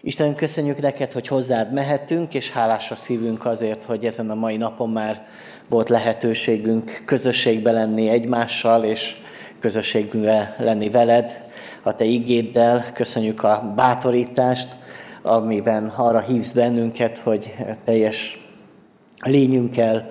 Istenünk, köszönjük neked, hogy hozzád mehetünk, és hálás a szívünk azért, hogy ezen a mai napon már volt lehetőségünk közösségbe lenni egymással, és közösségbe lenni veled, a te igéddel. Köszönjük a bátorítást, amiben arra hívsz bennünket, hogy teljes lényünkkel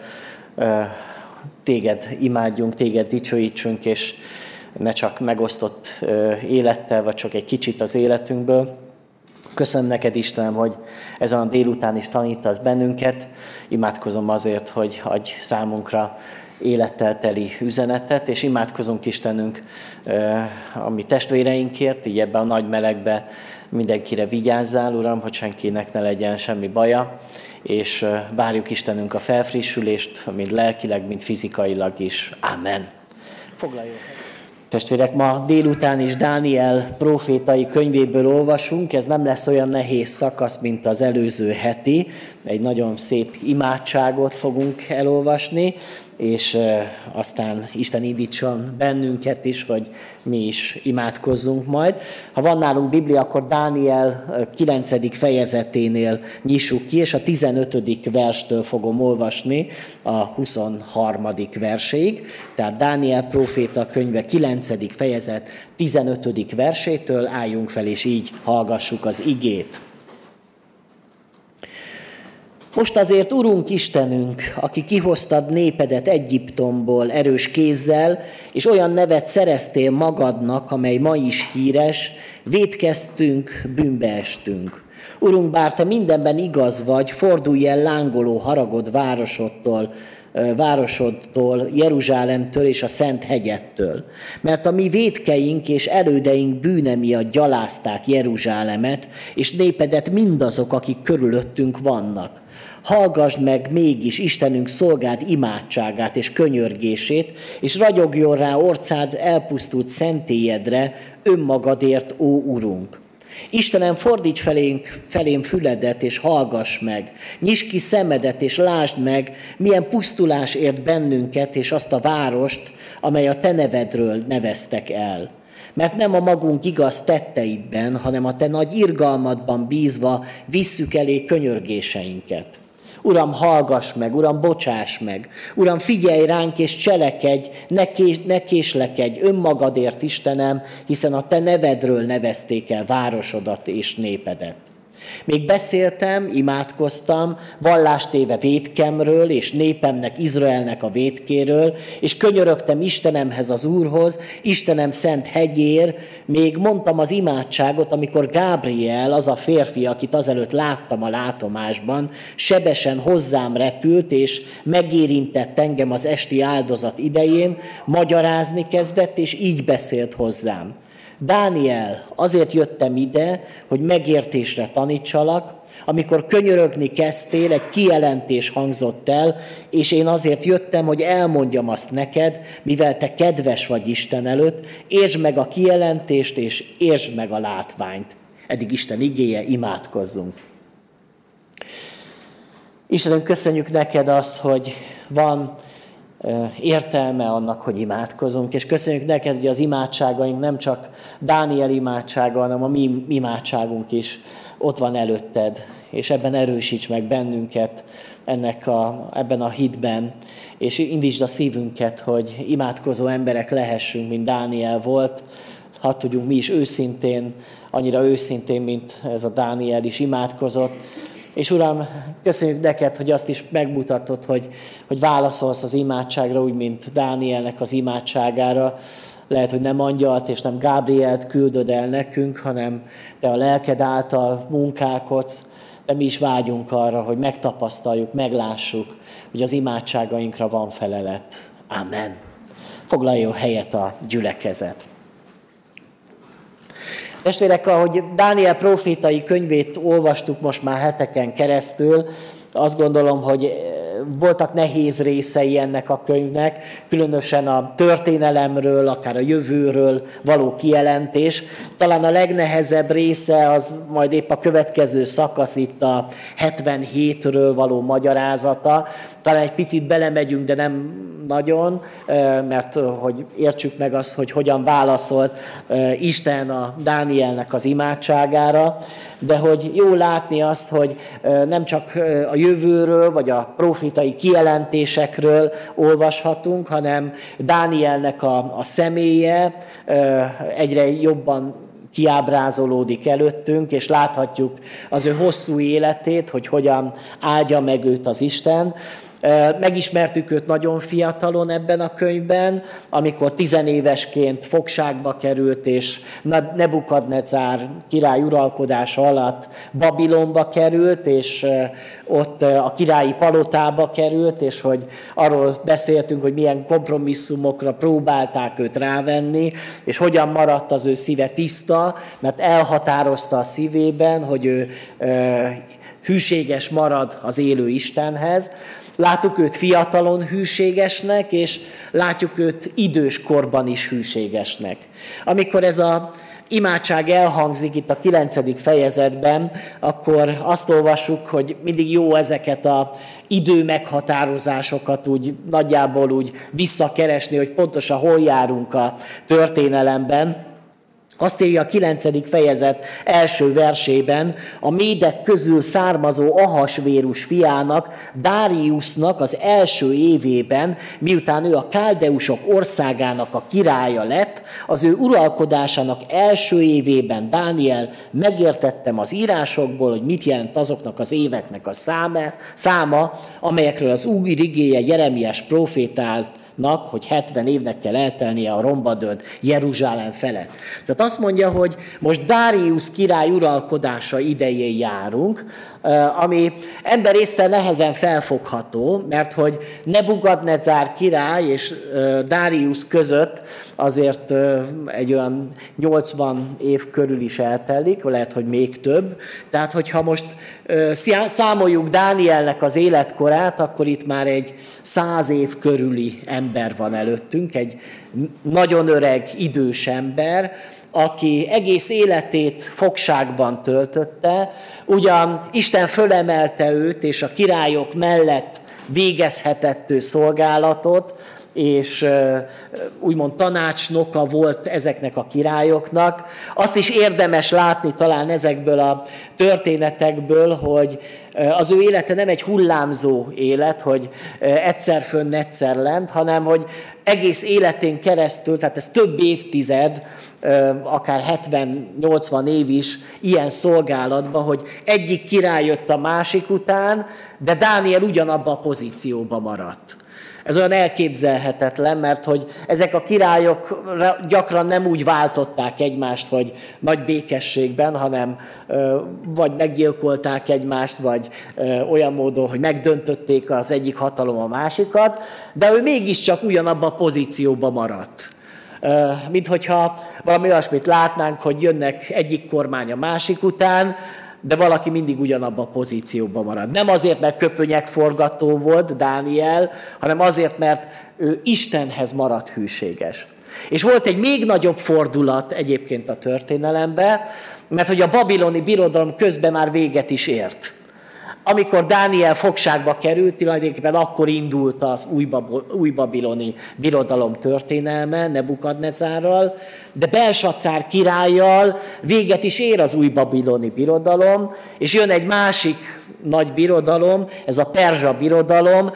téged imádjunk, téged dicsőítsünk, és ne csak megosztott élettel, vagy csak egy kicsit az életünkből. Köszönöm neked, Istenem, hogy ezen a délután is tanítasz bennünket. Imádkozom azért, hogy adj számunkra élettel teli üzenetet, és imádkozunk, Istenünk, a mi testvéreinkért, így ebben a nagy melegben mindenkire vigyázzál, Uram, hogy senkinek ne legyen semmi baja, és várjuk, Istenünk, a felfrissülést, mind lelkileg, mind fizikailag is. Amen. Foglaljon. Testvérek, ma délután is Dániel prófétai könyvéből olvasunk, ez nem lesz olyan nehéz szakasz, mint az előző heti, egy nagyon szép imádságot fogunk elolvasni, és aztán Isten indítson bennünket is, hogy mi is imádkozzunk majd. Ha van nálunk Biblia, akkor Dániel 9. fejezeténél nyissuk ki, és a 15. verstől fogom olvasni a 23. verséig. Tehát Dániel próféta könyve 9. fejezet 15. versétől álljunk fel, és így hallgassuk az igét. Most azért, Urunk Istenünk, aki kihoztad népedet Egyiptomból erős kézzel, és olyan nevet szereztél magadnak, amely ma is híres, vétkeztünk, bűnbe estünk. Urunk, bár te mindenben igaz vagy, fordulj el lángoló haragod városodtól, Jeruzsálemtől és a Szent hegyettől. Mert a mi vétkeink és elődeink bűne miatt gyalázták Jeruzsálemet, és népedet mindazok, akik körülöttünk vannak. Hallgasd meg mégis Istenünk szolgád imádságát és könyörgését, és ragyogjon rá orcád elpusztult szentélyedre önmagadért, ó Urunk. Istenem, fordíts felém füledet, és hallgass meg. Nyisd ki szemedet, és lásd meg, milyen pusztulás ért bennünket, és azt a várost, amely a te nevedről neveztek el. Mert nem a magunk igaz tetteidben, hanem a te nagy irgalmadban bízva visszük elé könyörgéseinket. Uram, hallgass meg, Uram, bocsáss meg. Uram, figyelj ránk és cselekedj, ne késlekedj önmagadért, Istenem, hiszen a te nevedről nevezték el városodat és népedet. Még beszéltem, imádkoztam, vallástéve vétkemről, és népemnek, Izraelnek a vétkéről, és könyörögtem Istenemhez, az Úrhoz, Istenem szent hegyér, még mondtam az imádságot, amikor Gábriel, az a férfi, akit azelőtt láttam a látomásban, sebesen hozzám repült, és megérintett engem az esti áldozat idején, magyarázni kezdett, és így beszélt hozzám. Dániel, azért jöttem ide, hogy megértésre tanítsalak, amikor könyörögni kezdtél, egy kijelentés hangzott el, és én azért jöttem, hogy elmondjam azt neked, mivel te kedves vagy Isten előtt, értsd meg a kijelentést, és értsd meg a látványt. Eddig Isten igéje, imádkozzunk. Istenem, köszönjük neked azt, hogy van értelme annak, hogy imádkozunk, és köszönjük neked, hogy az imádságaink nem csak Dániel imádsága, hanem a mi imádságunk is ott van előtted, és ebben erősíts meg bennünket ebben a hitben, és indítsd a szívünket, hogy imádkozó emberek lehessünk, mint Dániel volt, hadd tudjunk mi is őszintén, annyira őszintén, mint ez a Dániel is imádkozott. És Uram, köszönjük neked, hogy azt is megmutatod, hogy válaszolsz az imádságra, úgy, mint Dánielnek az imádságára. Lehet, hogy nem angyalt és nem Gábrielt küldöd el nekünk, hanem te a lelked által munkálkodsz, de mi is vágyunk arra, hogy megtapasztaljuk, meglássuk, hogy az imádságainkra van felelet. Amen. Foglaljon helyet a gyülekezet. Testvérek, ahogy Dániel prófétai könyvét olvastuk most már heteken keresztül, azt gondolom, hogy voltak nehéz részei ennek a könyvnek, különösen a történelemről, akár a jövőről való kijelentés. Talán a legnehezebb része az majd épp a következő szakasz, itt a 77-ről való magyarázata. Talán egy picit belemegyünk, de nem nagyon, mert hogy értsük meg azt, hogy hogyan válaszolt Isten a Dánielnek az imádságára, de hogy jó látni azt, hogy nem csak a jövőről, vagy a profétai kijelentésekről olvashatunk, hanem Dánielnek a személye egyre jobban kiábrázolódik előttünk, és láthatjuk az ő hosszú életét, hogy hogyan áldja meg őt az Isten. Megismertük őt nagyon fiatalon ebben a könyvben, amikor 10 évesként fogságba került, és Nebukadnecár király uralkodása alatt Babilonba került, és ott a királyi palotába került, és hogy arról beszéltünk, hogy milyen kompromisszumokra próbálták őt rávenni, és hogyan maradt az ő szíve tiszta, mert elhatározta a szívében, hogy ő hűséges marad az élő Istenhez. Látjuk őt fiatalon hűségesnek, és látjuk őt idős korban is hűségesnek. Amikor ez az imádság elhangzik itt a 9. fejezetben, akkor azt olvassuk, hogy mindig jó ezeket az idő meghatározásokat úgy nagyjából úgy visszakeresni, hogy pontosan hol járunk a történelemben. Azt írja a 9. fejezet első versében, a médek közül származó Ahasvérus fiának, Dáriusnak az első évében, miután ő a káldeusok országának a királya lett, az ő uralkodásának első évében, Dániel, megértettem az írásokból, hogy mit jelent azoknak az éveknek a száma, amelyekről az új igéje Jeremiás profétált, hogy 70 évnek kell eltelnie a rombadölt Jeruzsálem felett. Tehát azt mondja, hogy most Dárius király uralkodása idején járunk, ami emberészre nehezen felfogható, mert hogy Nebukadnecár király és Dárius között azért egy olyan 80 év körül is eltelik, lehet, hogy még több. Tehát, hogyha most számoljuk Dánielnek az életkorát, akkor itt már egy 100 év körüli ember van előttünk, egy nagyon öreg, idős ember, aki egész életét fogságban töltötte, ugyan Isten fölemelte őt, és a királyok mellett végezhetett ő szolgálatot, és úgymond tanácsnoka volt ezeknek a királyoknak. Azt is érdemes látni talán ezekből a történetekből, hogy az ő élete nem egy hullámzó élet, hogy egyszer fönn, egyszer lent, hanem hogy egész életén keresztül, tehát ez több évtized, akár 70-80 év is ilyen szolgálatban, hogy egyik király jött a másik után, de Dániel ugyanabba a pozícióba maradt. Ez olyan elképzelhetetlen, mert hogy ezek a királyok gyakran nem úgy váltották egymást, hogy nagy békességben, hanem vagy meggyilkolták egymást, vagy olyan módon, hogy megdöntötték az egyik hatalom a másikat, de ő mégiscsak ugyanabban a pozícióban maradt. Mint hogyha valami olyasmit látnánk, hogy jönnek egyik kormány a másik után, de valaki mindig ugyanabban a pozícióban marad. Nem azért, mert köpönyegforgató volt Dániel, hanem azért, mert ő Istenhez maradt hűséges. És volt egy még nagyobb fordulat egyébként a történelemben, mert hogy a babiloni birodalom közben már véget is ért. Amikor Dániel fogságba került, tulajdonképpen akkor indult az új babiloni birodalom történelme Nebukadnecárral, de Belsacár királlyal véget is ér az új babiloni birodalom, és jön egy másik nagy birodalom, ez a perzsa birodalom,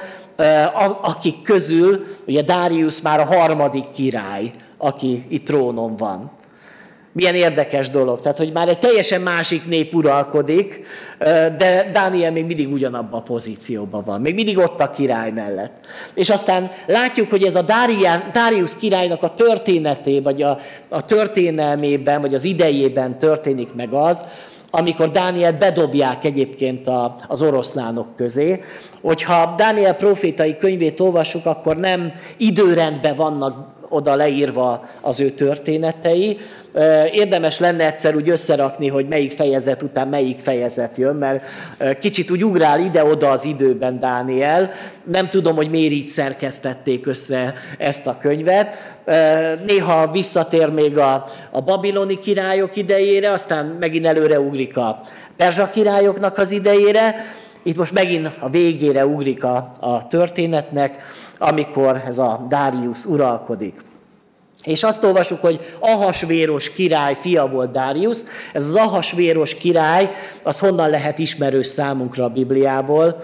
akik közül ugye Dárius már a 3. király, aki itt trónon van. Milyen érdekes dolog. Tehát, hogy már egy teljesen másik nép uralkodik, de Dániel még mindig ugyanabban a pozícióban van. Még mindig ott a király mellett. És aztán látjuk, hogy ez a Dárius királynak a történeté, vagy a történelmében, vagy az idejében történik meg az, amikor Dánielt bedobják egyébként az oroszlánok közé. Hogyha Dániel profétai könyvét olvassuk, akkor nem időrendben vannak oda leírva az ő történetei. Érdemes lenne egyszer úgy összerakni, hogy melyik fejezet után melyik fejezet jön, mert kicsit úgy ugrál ide-oda az időben Dániel. Nem tudom, hogy miért így szerkesztették össze ezt a könyvet. Néha visszatér még a babiloni királyok idejére, aztán megint előre ugrik a perzsa királyoknak az idejére. Itt most megint a végére ugrik a történetnek, amikor ez a Dáriusz uralkodik. És azt olvasjuk, hogy Ahasvéros király fia volt Dáriusz. Ez az Ahasvéros király, az honnan lehet ismerős számunkra a Bibliából?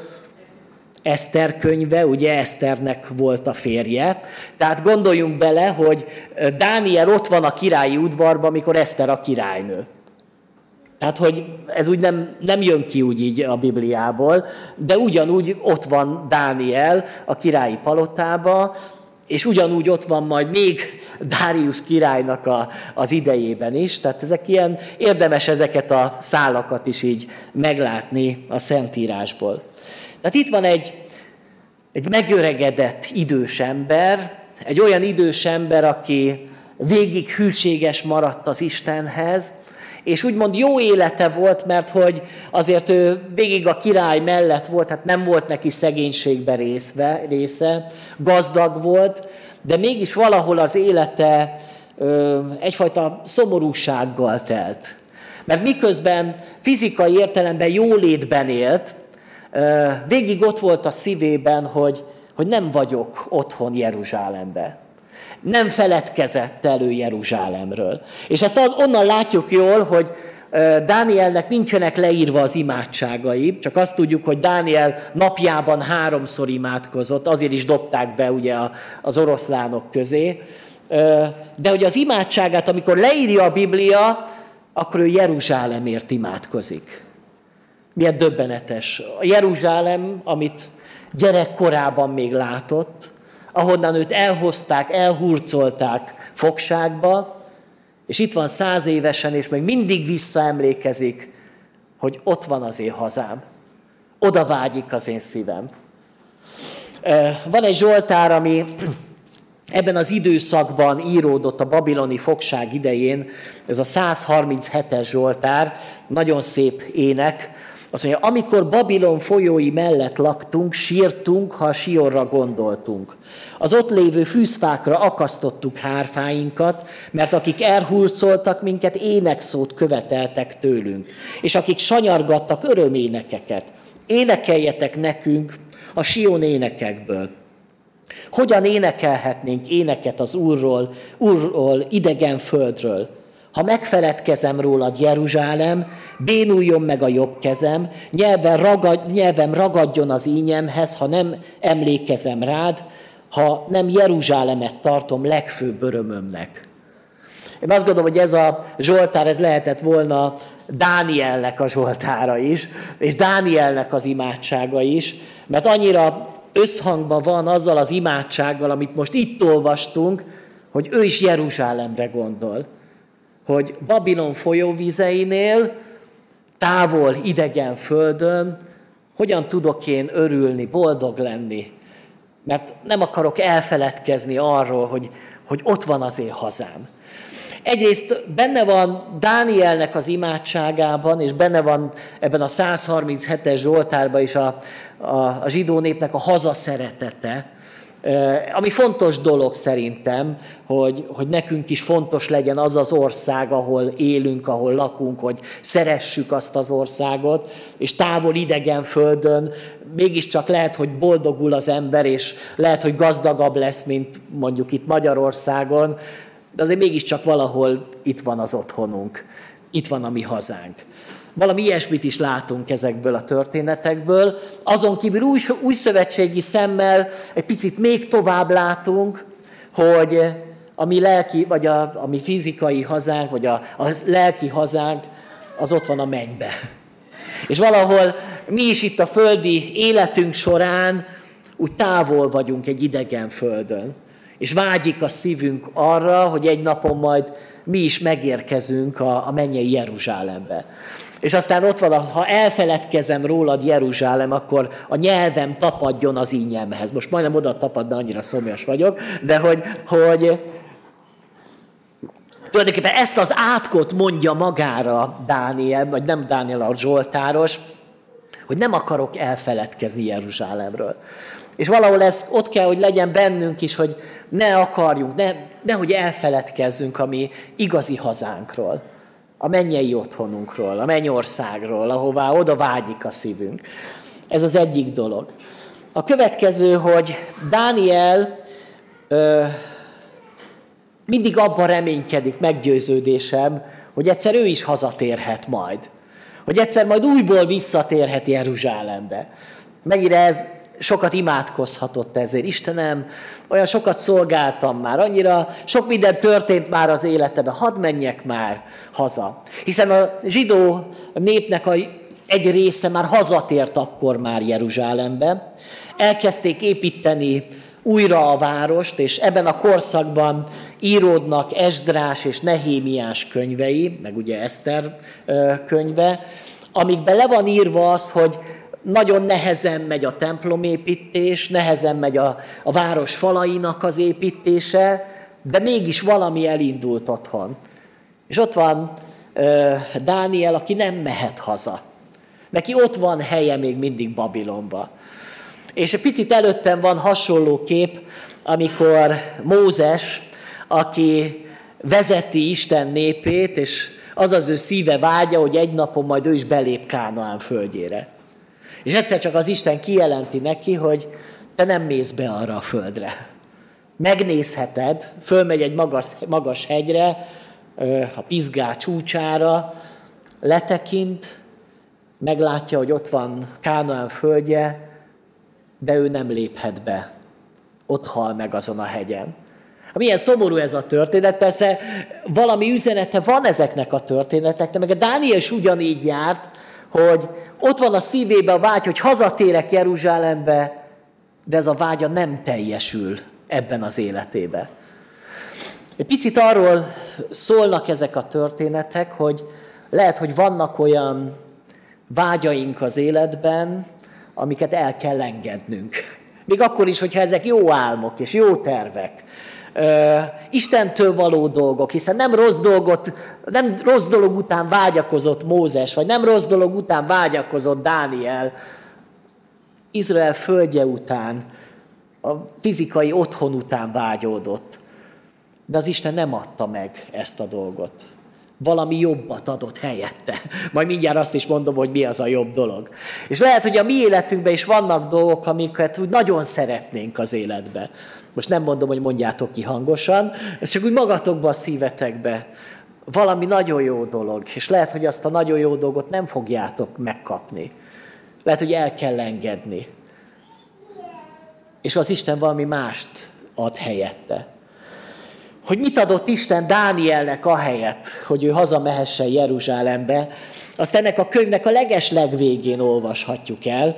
Eszter könyve, ugye Eszternek volt a férje. Tehát gondoljunk bele, hogy Dániel ott van a királyi udvarban, amikor Eszter a királynő. Tehát, hogy ez úgy nem jön ki úgy így a Bibliából, de ugyanúgy ott van Dániel a királyi palotába, és ugyanúgy ott van majd még Dáriusz királynak az idejében is. Tehát ezek ilyen, érdemes ezeket a szálakat is így meglátni a Szentírásból. Tehát itt van egy megöregedett idős ember, egy olyan idős ember, aki végig hűséges maradt az Istenhez, és úgymond jó élete volt, mert hogy azért ő végig a király mellett volt, hát nem volt neki szegénységbe része, gazdag volt, de mégis valahol az élete egyfajta szomorúsággal telt. Mert miközben fizikai értelemben jólétben élt, végig ott volt a szívében, hogy nem vagyok otthon Jeruzsálemben. Nem feledkezett elő Jeruzsálemről. És ezt onnan látjuk jól, hogy Dánielnek nincsenek leírva az imádságai, csak azt tudjuk, hogy Dániel napjában 3-szor imádkozott, azért is dobták be ugye az oroszlánok közé. De hogy az imádságát, amikor leírja a Biblia, akkor ő Jeruzsálemért imádkozik. Milyen döbbenetes. A Jeruzsálem, amit gyerekkorában még látott, ahonnan őt elhozták, elhurcolták fogságba, és itt van 100 évesen, és még mindig visszaemlékezik, hogy ott van az én hazám. Oda vágyik az én szívem. Van egy zsoltár, ami ebben az időszakban íródott a babiloni fogság idején, ez a 137-es zsoltár, nagyon szép ének. Azt mondja, amikor Babilon folyói mellett laktunk, sírtunk, ha a Sionra gondoltunk. Az ott lévő fűzfákra akasztottuk hárfáinkat, mert akik elhurcoltak minket, énekszót követeltek tőlünk, és akik sanyargattak öröménekeket. Énekeljetek nekünk a Sion énekekből. Hogyan énekelhetnénk éneket az Úrról, idegen földről? Ha megfeledkezem rólad, Jeruzsálem, bénuljon meg a jobb kezem, nyelvem ragadjon az ínyemhez, ha nem emlékezem rád, ha nem Jeruzsálemet tartom legfőbb örömömnek. Én azt gondolom, hogy ez a zsoltár, ez lehetett volna Dánielnek a zsoltára is, és Dánielnek az imádsága is, mert annyira összhangban van azzal az imádsággal, amit most itt olvastunk, hogy ő is Jeruzsálemre gondol. Hogy Babilon folyóvizeinél, távol, idegen földön, hogyan tudok én örülni, boldog lenni. Mert nem akarok elfeledkezni arról, hogy ott van az én hazám. Egyrészt benne van Dánielnek az imádságában, és benne van ebben a 137-es zsoltárban is a zsidó népnek a hazaszeretete, ami fontos dolog szerintem, hogy nekünk is fontos legyen az az ország, ahol élünk, ahol lakunk, hogy szeressük azt az országot, és távol idegen földön mégiscsak lehet, hogy boldogul az ember, és lehet, hogy gazdagabb lesz, mint mondjuk itt Magyarországon, de azért mégiscsak valahol itt van az otthonunk, itt van a mi hazánk. Valami ilyesmit is látunk ezekből a történetekből. Azon kívül új szövetségi szemmel egy picit még tovább látunk, hogy a mi lelki, vagy a mi fizikai hazánk, vagy a lelki hazánk, az ott van a mennybe. És valahol mi is itt a földi életünk során úgy távol vagyunk egy idegen földön. És vágyik a szívünk arra, hogy egy napon majd mi is megérkezünk a mennyei Jeruzsálembe. És aztán ott van, ha elfeledkezem rólad, Jeruzsálem, akkor a nyelvem tapadjon az ínyemhez. Most majdnem oda tapad, de annyira szomjas vagyok, de hogy tulajdonképpen ezt az átkot mondja magára Dániel, vagy nem Dániel, a Zsoltáros, hogy nem akarok elfeledkezni Jeruzsálemről. És valahol ez ott kell, hogy legyen bennünk is, hogy ne akarjunk, nehogy elfeledkezzünk a mi igazi hazánkról, a mennyei otthonunkról, a mennyországról, ahová oda vágyik a szívünk. Ez az egyik dolog. A következő, hogy Dániel mindig abban reménykedik, meggyőződésem, hogy egyszer ő is hazatérhet majd. Hogy egyszer majd újból visszatérhet Jeruzsálembe. Mennyire ez sokat imádkozhatott ezért. Istenem, olyan sokat szolgáltam már, annyira sok minden történt már az életemben, hadd menjek már haza. Hiszen a zsidó népnek egy része már hazatért akkor már Jeruzsálembe. Elkezdték építeni újra a várost, és ebben a korszakban íródnak Esdrás és Nehémiás könyvei, meg ugye Eszter könyve, amikben le van írva az, hogy nagyon nehezen megy a templomépítés, nehezen megy a város falainak az építése, de mégis valami elindult otthon. És ott van Dániel, aki nem mehet haza. Neki ott van helye még mindig Babilonba. És egy picit előttem van hasonló kép, amikor Mózes, aki vezeti Isten népét, és az az ő szíve vágya, hogy egy napon majd ő is belép Kánaán földjére. És egyszer csak az Isten kijelenti neki, hogy te nem mész be arra a földre. Megnézheted, fölmegy egy magas hegyre, a Pizgá csúcsára, letekint, meglátja, hogy ott van Kánaán földje, de ő nem léphet be. Ott hal meg azon a hegyen. Milyen szomorú ez a történet, persze valami üzenete van ezeknek a történeteknek, meg a Dániel is ugyanígy járt, hogy ott van a szívében a vágy, hogy hazatérek Jeruzsálembe, de ez a vágya nem teljesül ebben az életében. Egy picit arról szólnak ezek a történetek, hogy lehet, hogy vannak olyan vágyaink az életben, amiket el kell engednünk. Még akkor is, hogyha ezek jó álmok és jó tervek. Istentől való dolgok, hiszen nem rossz dolog után vágyakozott Mózes, vagy nem rossz dolog után vágyakozott Dániel. Izrael földje után, a fizikai otthon után vágyódott. De az Isten nem adta meg ezt a dolgot. Valami jobbat adott helyette. Majd mindjárt azt is mondom, hogy mi az a jobb dolog. És lehet, hogy a mi életünkben is vannak dolgok, amiket úgy nagyon szeretnénk az életbe. Most nem mondom, hogy mondjátok ki hangosan, ez csak úgy magatokba a szívetekbe. Valami nagyon jó dolog, és lehet, hogy azt a nagyon jó dolgot nem fogjátok megkapni. Lehet, hogy el kell engedni. És az Isten valami mást ad helyette. Hogy mit adott Isten Dánielnek ahelyett, hogy ő hazamehessen Jeruzsálembe, azt ennek a könyvnek a legeslegvégén olvashatjuk el.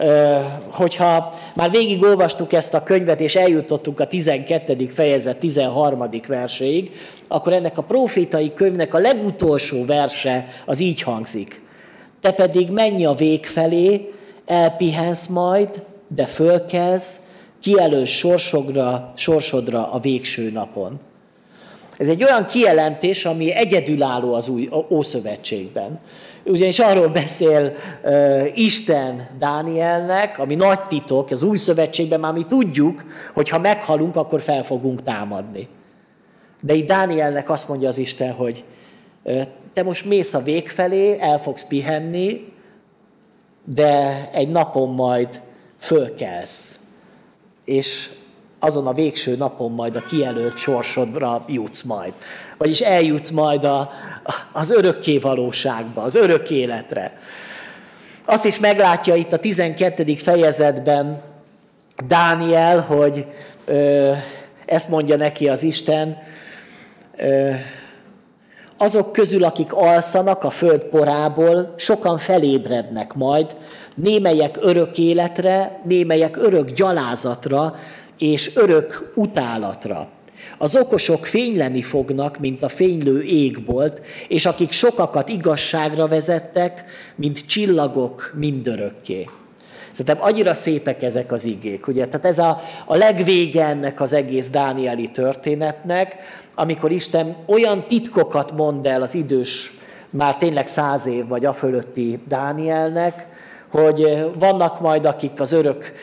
Hogyha már végig olvastuk ezt a könyvet, és eljutottunk a 12. fejezet 13. verséig, akkor ennek a profétai könyvnek a legutolsó verse az így hangzik. Te pedig menj a vég felé, elpihensz majd, de fölkelsz, kijelölsz sorsodra a végső napon. Ez egy olyan kijelentés, ami egyedülálló az új Ószövetségben. Ugyanis arról beszél Isten Dánielnek, ami nagy titok, az új szövetségben már mi tudjuk, hogy ha meghalunk, akkor fel fogunk támadni. De itt Dánielnek azt mondja az Isten, hogy te most mész a vég felé, el fogsz pihenni, de egy napon majd fölkelsz, és azon a végső napon majd a kijelölt sorsodra jutsz majd. Vagyis eljutsz majd az örökké valóságba, az örök életre. Azt is meglátja itt a 12. fejezetben Dániel, hogy ezt mondja neki az Isten, azok közül, akik alszanak a föld porából, sokan felébrednek majd, némelyek örök életre, némelyek örök gyalázatra, és örök utálatra. Az okosok fényleni fognak, mint a fénylő égbolt, és akik sokakat igazságra vezettek, mint csillagok mindörökké. Szerintem annyira szépek ezek az igék, ugye? Tehát ez a legvége ennek az egész dánieli történetnek, amikor Isten olyan titkokat mond el az idős, már tényleg 100 év vagy afölötti Dánielnek, hogy vannak majd, akik az örök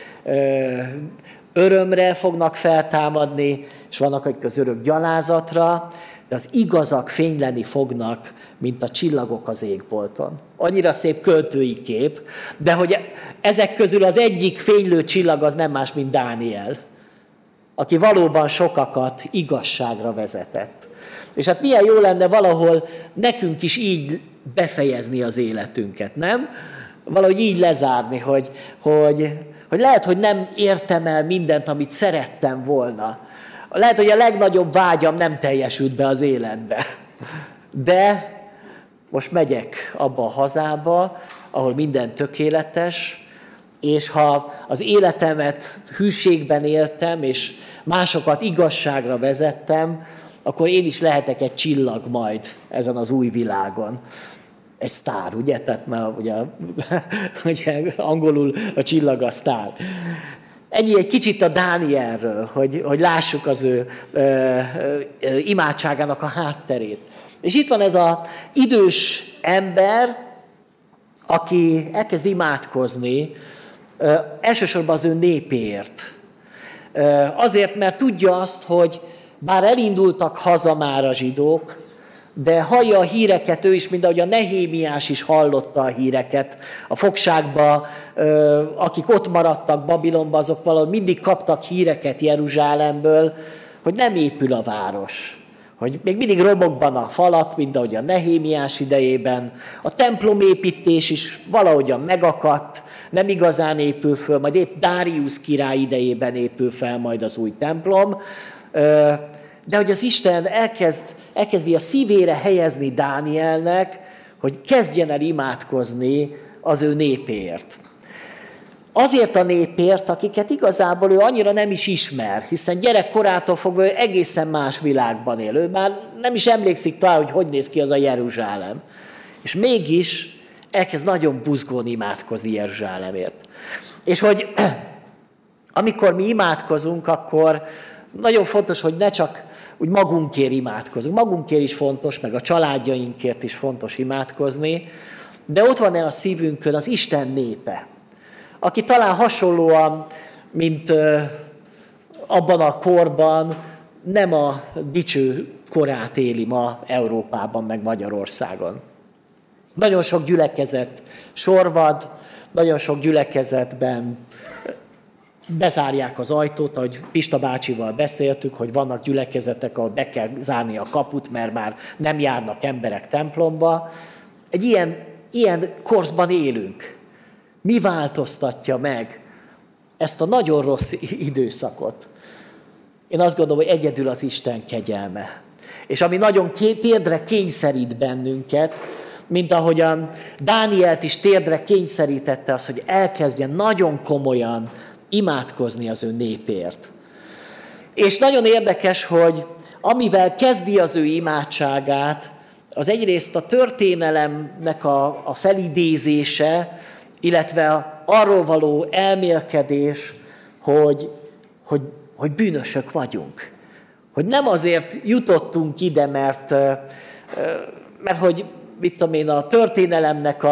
örömre fognak feltámadni, és vannak, akik az örök gyalázatra, de az igazak fényleni fognak, mint a csillagok az égbolton. Annyira szép költői kép, de hogy ezek közül az egyik fénylő csillag az nem más, mint Dániel, aki valóban sokakat igazságra vezetett. És hát milyen jó lenne valahol nekünk is így befejezni az életünket, nem? Valahogy így lezárni, hogy lehet, hogy nem értem el mindent, amit szerettem volna. Lehet, hogy a legnagyobb vágyam nem teljesült be az életbe. De most megyek abba a hazába, ahol minden tökéletes, és ha az életemet hűségben éltem, és másokat igazságra vezettem, akkor én is lehetek egy csillag majd ezen az új világon. Egy sztár, ugye? Tehát már ugye angolul a csillag a sztár. Ennyi egy kicsit a Dánielről, hogy lássuk az ő imádságának a hátterét. És itt van ez az idős ember, aki elkezd imádkozni, elsősorban az ő népéért. Azért, mert tudja azt, hogy bár elindultak haza már a zsidók, de hallja a híreket ő is, mint ahogy a Nehémiás is hallotta a híreket. A fogságba, akik ott maradtak Babilonba, azok valahogy mindig kaptak híreket Jeruzsálemből, hogy nem épül a város. Hogy még mindig romokban a falak, mint ahogy a Nehémiás idejében. A templomépítés is valahogyan megakadt, nem igazán épül föl, majd épp Dáriusz király idejében épül fel majd az új templom. De hogy az Isten elkezdi a szívére helyezni Dánielnek, hogy kezdjen el imádkozni az ő népért. Azért a népért, akiket igazából ő annyira nem is ismer, hiszen gyerekkorától fogva ő egészen más világban él. Ő már nem is emlékszik talán, hogy néz ki az a Jeruzsálem. És mégis elkezd nagyon buzgón imádkozni Jeruzsálemért. És hogy amikor mi imádkozunk, akkor nagyon fontos, hogy ne csak úgy magunkért imádkozunk. Magunkért is fontos, meg a családjainkért is fontos imádkozni, de ott van-e a szívünkön az Isten népe, aki talán hasonlóan, mint abban a korban, nem a dicső korát éli ma Európában, meg Magyarországon. Nagyon sok gyülekezet sorvad, nagyon sok gyülekezetben bezárják az ajtót, ahogy Pista bácsival beszéltük, hogy vannak gyülekezetek, ahol be kell zárni a kaput, mert már nem járnak emberek templomba. Egy ilyen korszban élünk. Mi változtatja meg ezt a nagyon rossz időszakot? Én azt gondolom, hogy egyedül az Isten kegyelme. És ami nagyon térdre kényszerít bennünket, mint ahogyan Dánielt is térdre kényszerítette az, hogy elkezdjen nagyon komolyan imádkozni az ő népért. És nagyon érdekes, hogy amivel kezdi az ő imádságát, az egyrészt a történelemnek a felidézése, illetve arról való elmélkedés, hogy bűnösök vagyunk. Hogy nem azért jutottunk ide, mert hogy mit tudom én, a történelemnek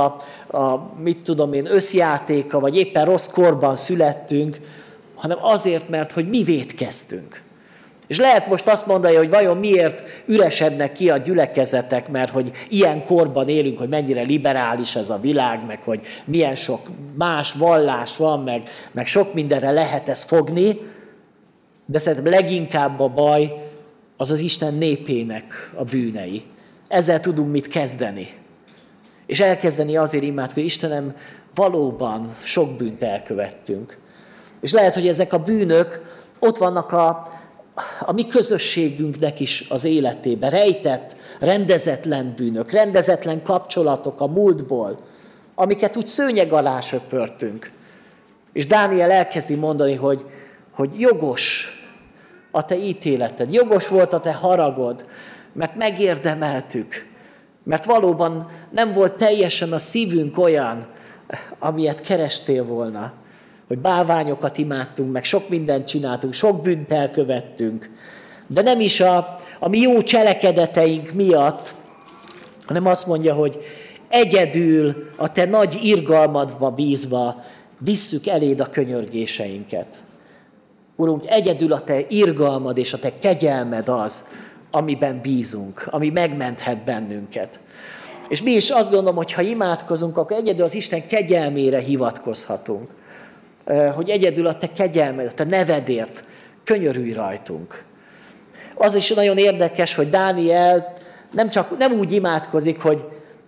összjátéka, vagy éppen rossz korban születtünk, hanem azért, mert hogy mi vétkeztünk. És lehet most azt mondani, hogy vajon miért üresednek ki a gyülekezetek, mert hogy ilyen korban élünk, hogy mennyire liberális ez a világ, meg hogy milyen sok más vallás van, meg sok mindenre lehet ezt fogni, de szerintem leginkább a baj az az Isten népének a bűnei. Ezzel tudunk mit kezdeni. És elkezdeni azért imádkozni, hogy Istenem, valóban sok bűnt elkövettünk. És lehet, hogy ezek a bűnök ott vannak a mi közösségünknek is az életében. Rejtett, rendezetlen bűnök, rendezetlen kapcsolatok a múltból, amiket úgy szőnyeg alá söpörtünk. És Dániel elkezdi mondani, hogy jogos, a te ítéleted, jogos volt a te haragod, mert megérdemeltük, mert valóban nem volt teljesen a szívünk olyan, amilyet kerestél volna, hogy bálványokat imádtunk, meg sok mindent csináltunk, sok bűnt elkövettünk, de nem is a mi jó cselekedeteink miatt, hanem azt mondja, hogy egyedül a te nagy irgalmadba bízva visszük eléd a könyörgéseinket. Urunk, egyedül a te irgalmad és a te kegyelmed az, amiben bízunk, ami megmenthet bennünket. És mi is azt gondolom, hogy ha imádkozunk, akkor egyedül az Isten kegyelmére hivatkozhatunk. Hogy egyedül a te kegyelmed, a te nevedért könyörülj rajtunk. Az is nagyon érdekes, hogy Dániel nem úgy imádkozik, hogy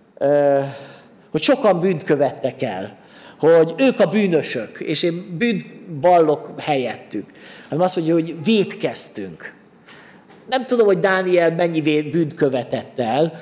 sokan bűnt követtek el, hogy ők a bűnösök, és én bűnt vallok helyettük, hanem azt mondja, hogy vétkeztünk. Nem tudom, hogy Dániel mennyi bűnt követett el,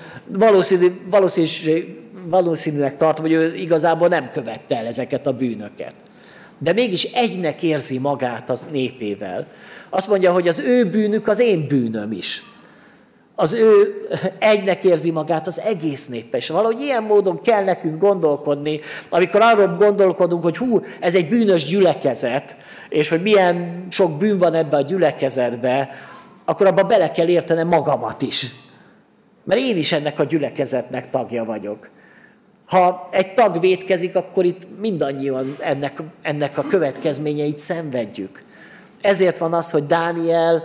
valószínűleg tartom, hogy ő igazából nem követte el ezeket a bűnöket. De mégis egynek érzi magát az népével. Azt mondja, hogy az ő bűnük az én bűnöm is. Az ő egynek érzi magát az egész néppel. És valahogy ilyen módon kell nekünk gondolkodni, amikor arról gondolkodunk, hogy ez egy bűnös gyülekezet, és hogy milyen sok bűn van ebbe a gyülekezetbe, akkor abba bele kell értenem magamat is. Mert én is ennek a gyülekezetnek tagja vagyok. Ha egy tag vétkezik, akkor itt mindannyian ennek a következményeit szenvedjük. Ezért van az, hogy Dániel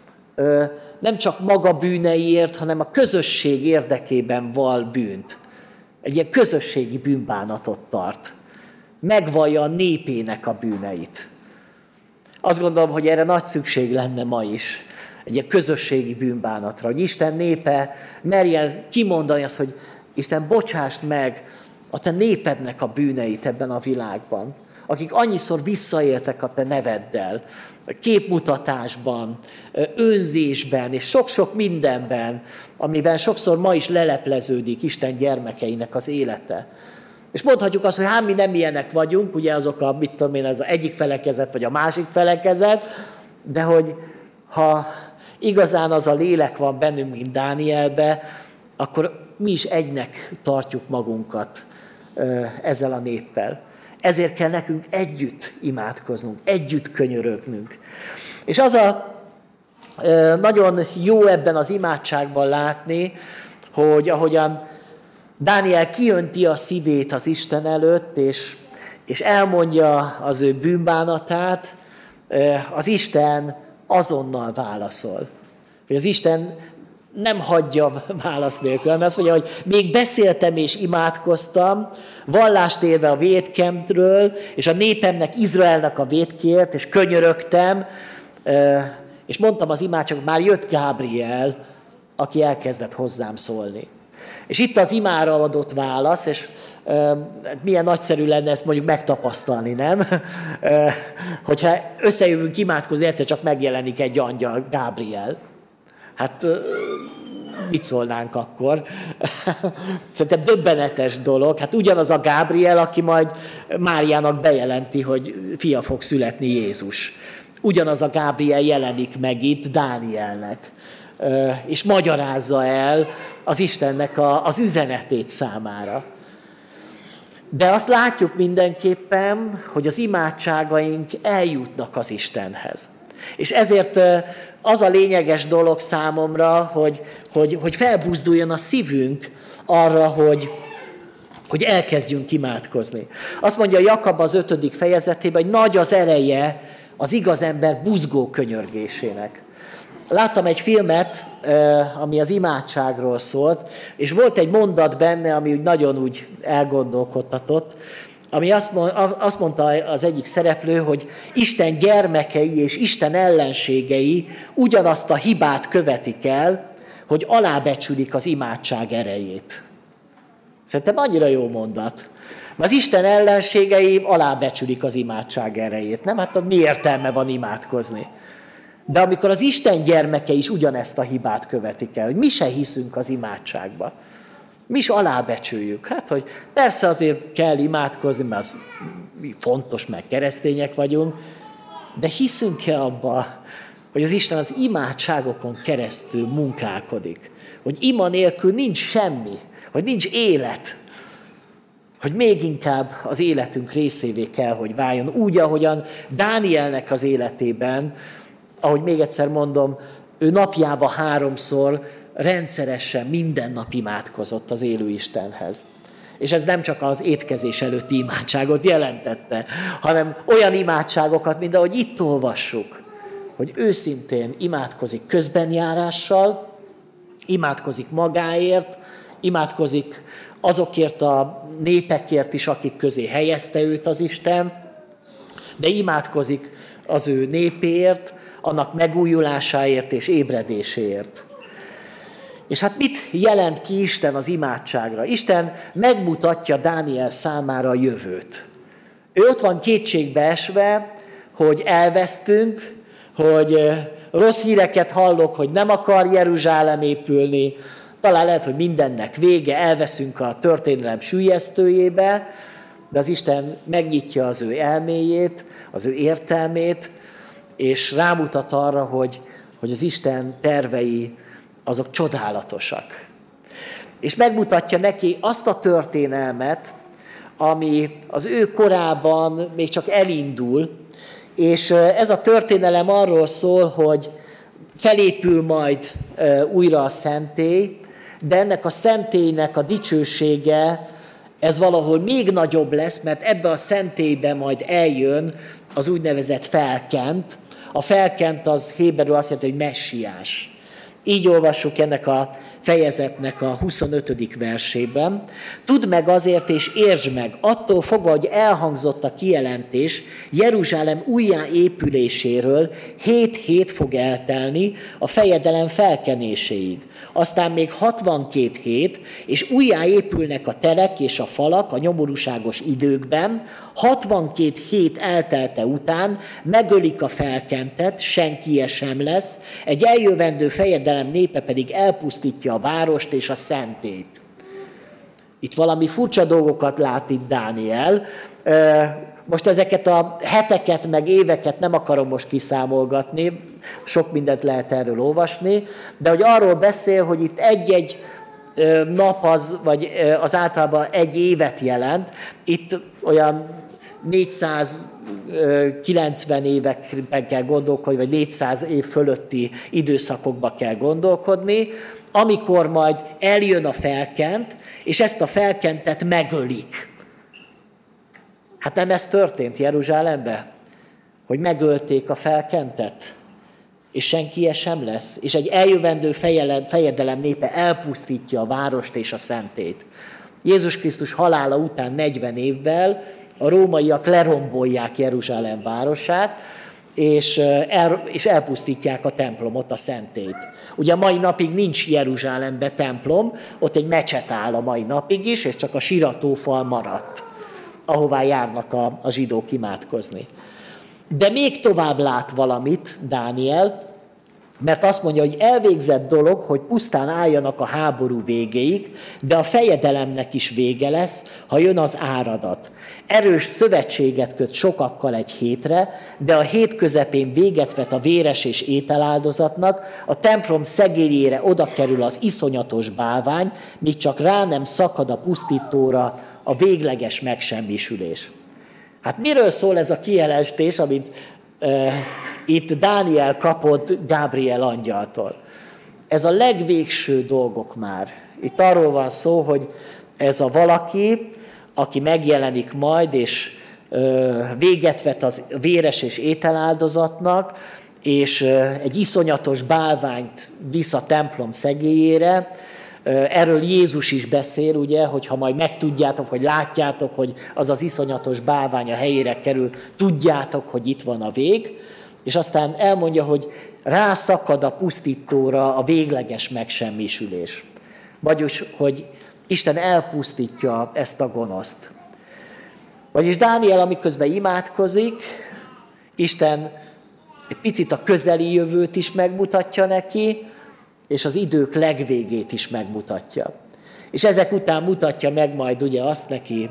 nem csak maga bűneiért, hanem a közösség érdekében vall bűnt. Egy ilyen közösségi bűnbánatot tart. Megvallja a népének a bűneit. Azt gondolom, hogy erre nagy szükség lenne ma is. Egy ilyen közösségi bűnbánatra, hogy Isten népe merjen kimondani azt, hogy Isten, bocsásd meg a te népednek a bűneit ebben a világban, akik annyiszor visszaéltek a te neveddel, képmutatásban, önzésben és sok-sok mindenben, amiben sokszor ma is lelepleződik Isten gyermekeinek az élete. És mondhatjuk azt, hogy mi nem ilyenek vagyunk, ugye azok ez az egyik felekezet vagy a másik felekezet, de hogy ha igazán az a lélek van bennünk, mint Dánielbe, akkor mi is egynek tartjuk magunkat ezzel a néppel. Ezért kell nekünk együtt imádkoznunk, együtt könyörögnünk. És az a nagyon jó ebben az imádságban látni, hogy ahogyan Dániel kiönti a szívét az Isten előtt, és elmondja az ő bűnbánatát, az Isten azonnal válaszol. Hogy az Isten nem hagyja válasz nélkül, hanem azt mondja, hogy még beszéltem és imádkoztam, vallást élve a vétkemről, és a népemnek, Izraelnek a vétkért, és könyörögtem, és mondtam az imádságot, már jött Gábriel, aki elkezdett hozzám szólni. És itt az imára adott válasz, és milyen nagyszerű lenne ezt mondjuk megtapasztalni, nem? Hogyha összejövünk imádkozni, egyszer csak megjelenik egy angyal, Gábriel. Hát mit szólnánk akkor? Szerintem döbbenetes dolog. Hát ugyanaz a Gábriel, aki majd Máriának bejelenti, hogy fia fog születni Jézus. Ugyanaz a Gábriel jelenik meg itt Dánielnek, és magyarázza el az Istennek az üzenetét számára. De azt látjuk mindenképpen, hogy az imádságaink eljutnak az Istenhez. És ezért az a lényeges dolog számomra, hogy felbuzduljon a szívünk arra, hogy elkezdjünk imádkozni. Azt mondja Jakab az 5. fejezetében, hogy nagy az ereje az igaz ember buzgó könyörgésének. Láttam egy filmet, ami az imádságról szólt, és volt egy mondat benne, ami nagyon úgy elgondolkodtatott, ami azt mondta az egyik szereplő, hogy Isten gyermekei és Isten ellenségei ugyanazt a hibát követik el, hogy alábecsülik az imádság erejét. Szerintem annyira jó mondat. Az Isten ellenségei alábecsülik az imádság erejét. Nem? Hát mi értelme van imádkozni? De amikor az Isten gyermekei is ugyanezt a hibát követik el, hogy mi se hiszünk az imádságba. Mi is alábecsüljük. Hát, hogy persze azért kell imádkozni, mert az fontos, meg keresztények vagyunk, de hiszünk-e abba, hogy az Isten az imádságokon keresztül munkálkodik. Hogy ima nélkül nincs semmi, hogy nincs élet. Hogy még inkább az életünk részévé kell, hogy váljon. Úgy, ahogyan Dánielnek az életében, ahogy még egyszer mondom, ő napjában 3-szor rendszeresen minden nap imádkozott az élő Istenhez. És ez nem csak az étkezés előtti imádságot jelentette, hanem olyan imádságokat, mint ahogy itt olvassuk, hogy őszintén imádkozik közbenjárással, imádkozik magáért, imádkozik azokért a népekért is, akik közé helyezte őt az Isten, de imádkozik az ő népéért, annak megújulásáért és ébredéséért. És hát mit jelent ki Isten az imádságra? Isten megmutatja Dániel számára a jövőt. Ő ott van kétségbe esve, hogy elvesztünk, hogy rossz híreket hallok, hogy nem akar Jeruzsálem épülni, talán lehet, hogy mindennek vége, elveszünk a történelem süllyesztőjébe, de az Isten megnyitja az ő elméjét, az ő értelmét, és rámutat arra, hogy az Isten tervei azok csodálatosak. És megmutatja neki azt a történelmet, ami az ő korában még csak elindul, és ez a történelem arról szól, hogy felépül majd újra a szentély, de ennek a szentélynek a dicsősége, ez valahol még nagyobb lesz, mert ebbe a szentélybe majd eljön az úgynevezett felkent. A felkent az héberül azt jelenti, hogy messiás. Így olvassuk ennek a fejezetnek a 25. versében. Tudd meg azért, és értsd meg, attól fogva, hogy elhangzott a kijelentés Jeruzsálem újjáépüléséről 7 hét fog eltelni a fejedelem felkenéséig. Aztán még 62 hét, és újjáépülnek a terek és a falak a nyomorúságos időkben. 62 hét eltelte után megölik a felkentet, senkie sem lesz, egy eljövendő fejedelem népe pedig elpusztítja a várost és a szentélyt. Itt valami furcsa dolgokat lát itt Dániel. Most ezeket a heteket meg éveket nem akarom most kiszámolgatni, sok mindent lehet erről olvasni, de hogy arról beszél, hogy itt egy-egy nap vagy az általában egy évet jelent, itt olyan 490 években kell gondolkodni, vagy 400 év fölötti időszakokba kell gondolkodni, amikor majd eljön a felkent, és ezt a felkentet megölik. Hát nem ez történt Jeruzsálemben? Hogy megölték a felkentet, és senki sem lesz, és egy eljövendő fejedelem népe elpusztítja a várost és a szentélyt. Jézus Krisztus halála után 40 évvel a rómaiak lerombolják Jeruzsálem városát, és elpusztítják a templomot, a szentélyt. Ugye a mai napig nincs Jeruzsálemben templom, ott egy mecset áll a mai napig is, és csak a siratófal maradt, ahová járnak a zsidók imádkozni. De még tovább lát valamit Dániel, mert azt mondja, hogy elvégzett dolog, hogy pusztán álljanak a háború végéig, de a fejedelemnek is vége lesz, ha jön az áradat. Erős szövetséget köt sokakkal egy hétre, de a hét közepén véget vet a véres és ételáldozatnak, a templom szegélyére oda kerül az iszonyatos bálvány, míg csak rá nem szakad a pusztítóra a végleges megsemmisülés. Hát miről szól ez a kijelentés, amit itt Dániel kapott Gábriel angyaltól? Ez a legvégső dolgok már. Itt arról van szó, hogy ez a valaki, aki megjelenik majd, és véget vet az véres és ételáldozatnak, és egy iszonyatos bálványt visz a templom szegélyére. Erről Jézus is beszél, ugye, hogy ha majd megtudjátok, hogy látjátok, hogy az az iszonyatos bálvány a helyére kerül, tudjátok, hogy itt van a vég, és aztán elmondja, hogy rászakad a pusztítóra a végleges megsemmisülés. Vagyis, hogy Isten elpusztítja ezt a gonoszt. Vagyis Dániel, amiközben imádkozik, Isten egy picit a közeli jövőt is megmutatja neki, és az idők legvégét is megmutatja. És ezek után mutatja meg majd ugye azt neki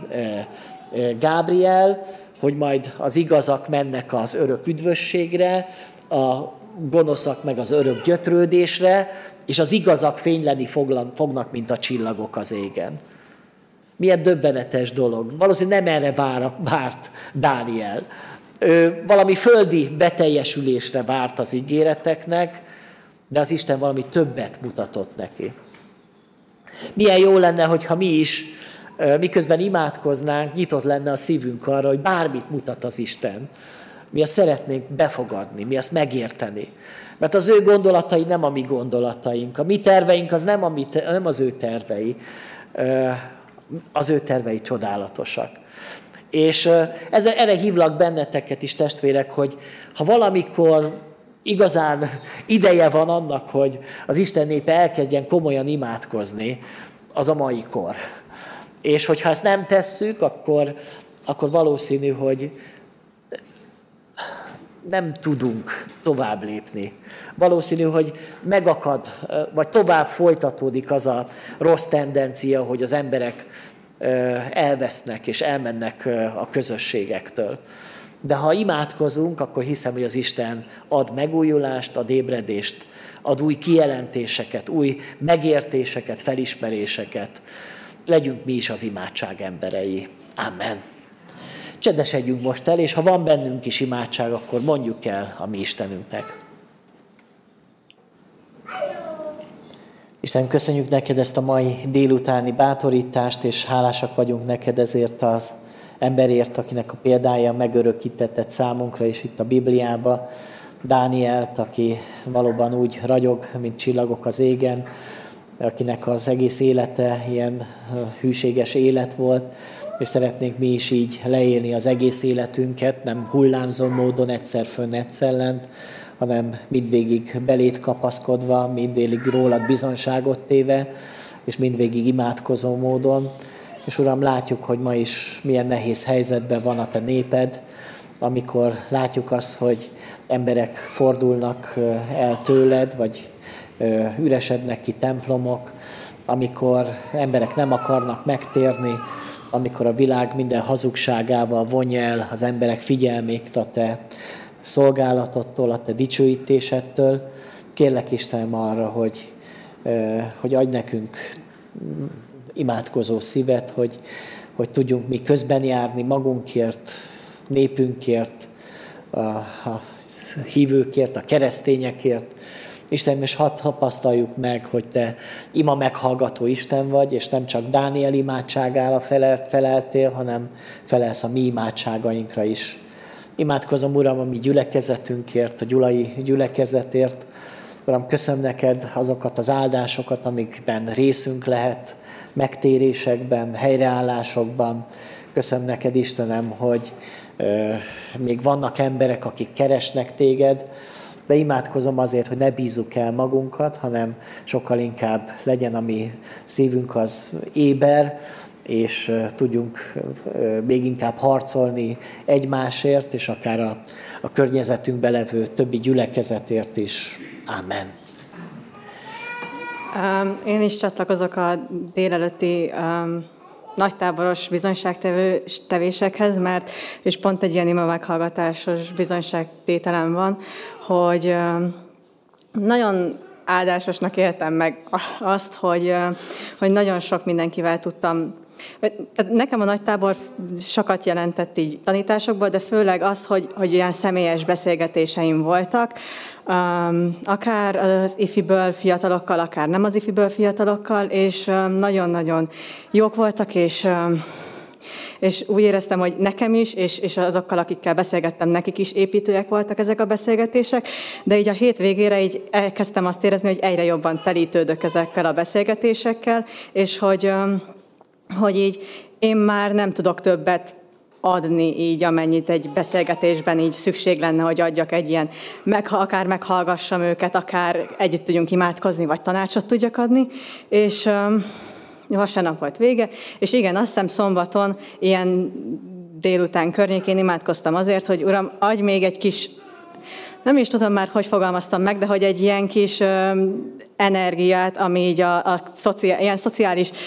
Gábriel, hogy majd az igazak mennek az örök üdvösségre, a gonoszak meg az örök gyötrődésre, és az igazak fényleni fognak, mint a csillagok az égen. Milyen döbbenetes dolog. Valószínűleg nem erre várt Dániel. Ő valami földi beteljesülésre várt az ígéreteknek, de az Isten valami többet mutatott neki. Milyen jó lenne, hogyha mi is, miközben imádkoznánk, nyitott lenne a szívünk arra, hogy bármit mutat az Isten. Mi azt szeretnénk befogadni, mi azt megérteni. Mert az ő gondolatai nem a mi gondolataink. A mi terveink az nem az ő tervei. Az ő tervei csodálatosak. És erre hívlak benneteket is, testvérek, hogy ha valamikor igazán ideje van annak, hogy az Isten népe elkezdjen komolyan imádkozni, az a mai kor. És hogyha ezt nem tesszük, akkor valószínű, hogy nem tudunk tovább lépni. Valószínű, hogy megakad, vagy tovább folytatódik az a rossz tendencia, hogy az emberek elvesznek és elmennek a közösségektől. De ha imádkozunk, akkor hiszem, hogy az Isten ad megújulást, ad ébredést, ad új kijelentéseket, új megértéseket, felismeréseket. Legyünk mi is az imádság emberei. Amen. Csendesedjünk most el, és ha van bennünk is imádság, akkor mondjuk el a mi Istenünknek. Isten, köszönjük neked ezt a mai délutáni bátorítást, és hálásak vagyunk neked ezért az emberért, akinek a példája megörökítetted számunkra is itt a Bibliába. Dánielt, aki valóban úgy ragyog, mint csillagok az égen, akinek az egész élete ilyen hűséges élet volt, és szeretnénk mi is így leélni az egész életünket, nem hullámzó módon egyszer fönn, egyszer lent, hanem mindvégig belét kapaszkodva, mindvégig rólad bizonságot téve, és mindvégig imádkozó módon. És Uram, látjuk, hogy ma is milyen nehéz helyzetben van a te néped, amikor látjuk azt, hogy emberek fordulnak el tőled, vagy üresednek ki templomok, amikor emberek nem akarnak megtérni, amikor a világ minden hazugságával vonja el az emberek figyelmét a te szolgálatodtól, a te dicsőítésedtől. Kérlek Istenem arra, hogy adj nekünk imádkozó szívet, hogy tudjunk mi közben járni magunkért, népünkért, a hívőkért, a keresztényekért. Istenem, és hadd tapasztaljuk meg, hogy te ima meghallgató Isten vagy, és nem csak Dániel imádságára feleltél, hanem felelsz a mi imádságainkra is. Imádkozom, Uram, a mi gyülekezetünkért, a gyulai gyülekezetért. Uram, köszönöm neked azokat az áldásokat, amikben részünk lehet, megtérésekben, helyreállásokban. Köszönöm neked, Istenem, hogy még vannak emberek, akik keresnek téged, de imádkozom azért, hogy ne bízzuk el magunkat, hanem sokkal inkább legyen a mi szívünk az éber, és tudjunk még inkább harcolni egymásért, és akár a környezetünkben levő többi gyülekezetért is. Amen. Én is csatlakozok a délelőtti nagytáboros bizonyságtevésekhez, és pont egy ilyen ima meghallgatásos bizonyságtételem van, hogy nagyon áldásosnak éltem meg azt, hogy nagyon sok mindenkivel tudtam. Nekem a nagytábor sokat jelentett így tanításokból, de főleg az, hogy ilyen személyes beszélgetéseim voltak, akár az ifiből fiatalokkal, akár nem az ifiből fiatalokkal, és nagyon-nagyon jók voltak, és úgy éreztem, hogy nekem is, és azokkal, akikkel beszélgettem, nekik is építőek voltak ezek a beszélgetések, de így a hétvégére így elkezdtem azt érezni, hogy egyre jobban telítődök ezekkel a beszélgetésekkel, és hogy így én már nem tudok többet adni így, amennyit egy beszélgetésben így szükség lenne, hogy adjak egy ilyen, akár meghallgassam őket, akár együtt tudjunk imádkozni, vagy tanácsot tudjak adni, és vasárnap volt vége, és igen, azt hiszem szombaton ilyen délután környékén imádkoztam azért, hogy Uram, adj még egy kis, nem is tudom már, hogy fogalmaztam meg, de hogy egy ilyen kis energiát, ami így ilyen szociális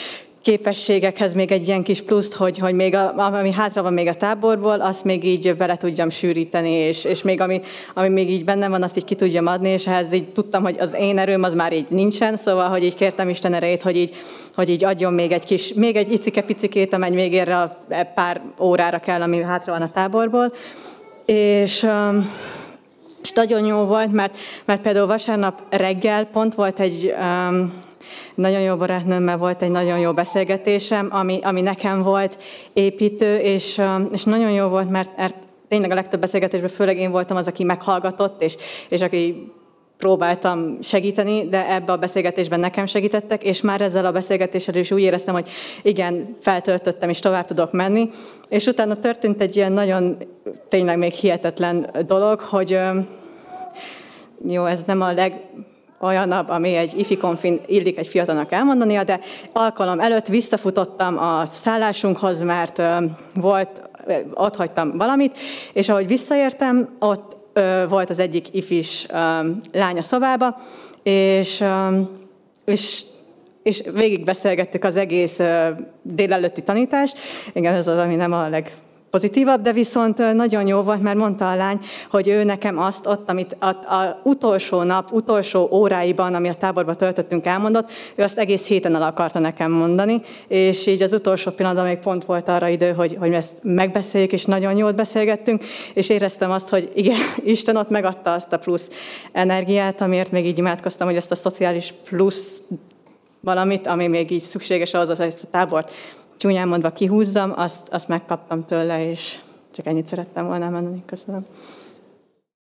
képességekhez még egy ilyen kis pluszt, hogy még ami hátra van még a táborból, azt még így bele tudjam sűríteni, és még ami még így bennem van, azt így ki tudjam adni, és ehhez így tudtam, hogy az én erőm az már így nincsen, szóval, hogy így kértem Isten erejét, hogy így adjon még egy icike-picikét, amely még erre a pár órára kell, ami hátra van a táborból. És nagyon jó volt, mert például vasárnap reggel pont volt egy nagyon jó barátnőmmel volt egy nagyon jó beszélgetésem, ami nekem volt építő, és nagyon jó volt, mert tényleg a legtöbb beszélgetésben főleg én voltam az, aki meghallgatott, és aki próbáltam segíteni, de ebbe a beszélgetésben nekem segítettek, és már ezzel a beszélgetéssel is úgy éreztem, hogy igen, feltöltöttem, és tovább tudok menni. És utána történt egy ilyen nagyon, tényleg még hihetetlen dolog, hogy jó, ez nem a olyanabb, ami egy ifi konfin illik egy fiatalnak elmondania, de alkalom előtt visszafutottam a szállásunkhoz, mert ott hagytam valamit, és ahogy visszaértem, ott volt az egyik ifis lány a szobába, és végig beszélgettük az egész délelőtti tanítást. Igen, ez az, ami nem a legpozitívabb, de viszont nagyon jó volt, mert mondta a lány, hogy ő nekem azt ott, amit az utolsó nap, utolsó óráiban, ami a táborban töltöttünk, elmondott, ő azt egész héten el akarta nekem mondani, és így az utolsó pillanatban még pont volt arra idő, hogy ezt megbeszéljük, és nagyon jól beszélgettünk, és éreztem azt, hogy igen, Isten ott megadta azt a plusz energiát, amiért még így imádkoztam, hogy ezt a szociális plusz valamit, ami még így szükséges ahhoz, hogy ezt a tábort csúnyán mondva kihúzzam, azt megkaptam tőle, és csak ennyit szerettem volna mondani. Köszönöm.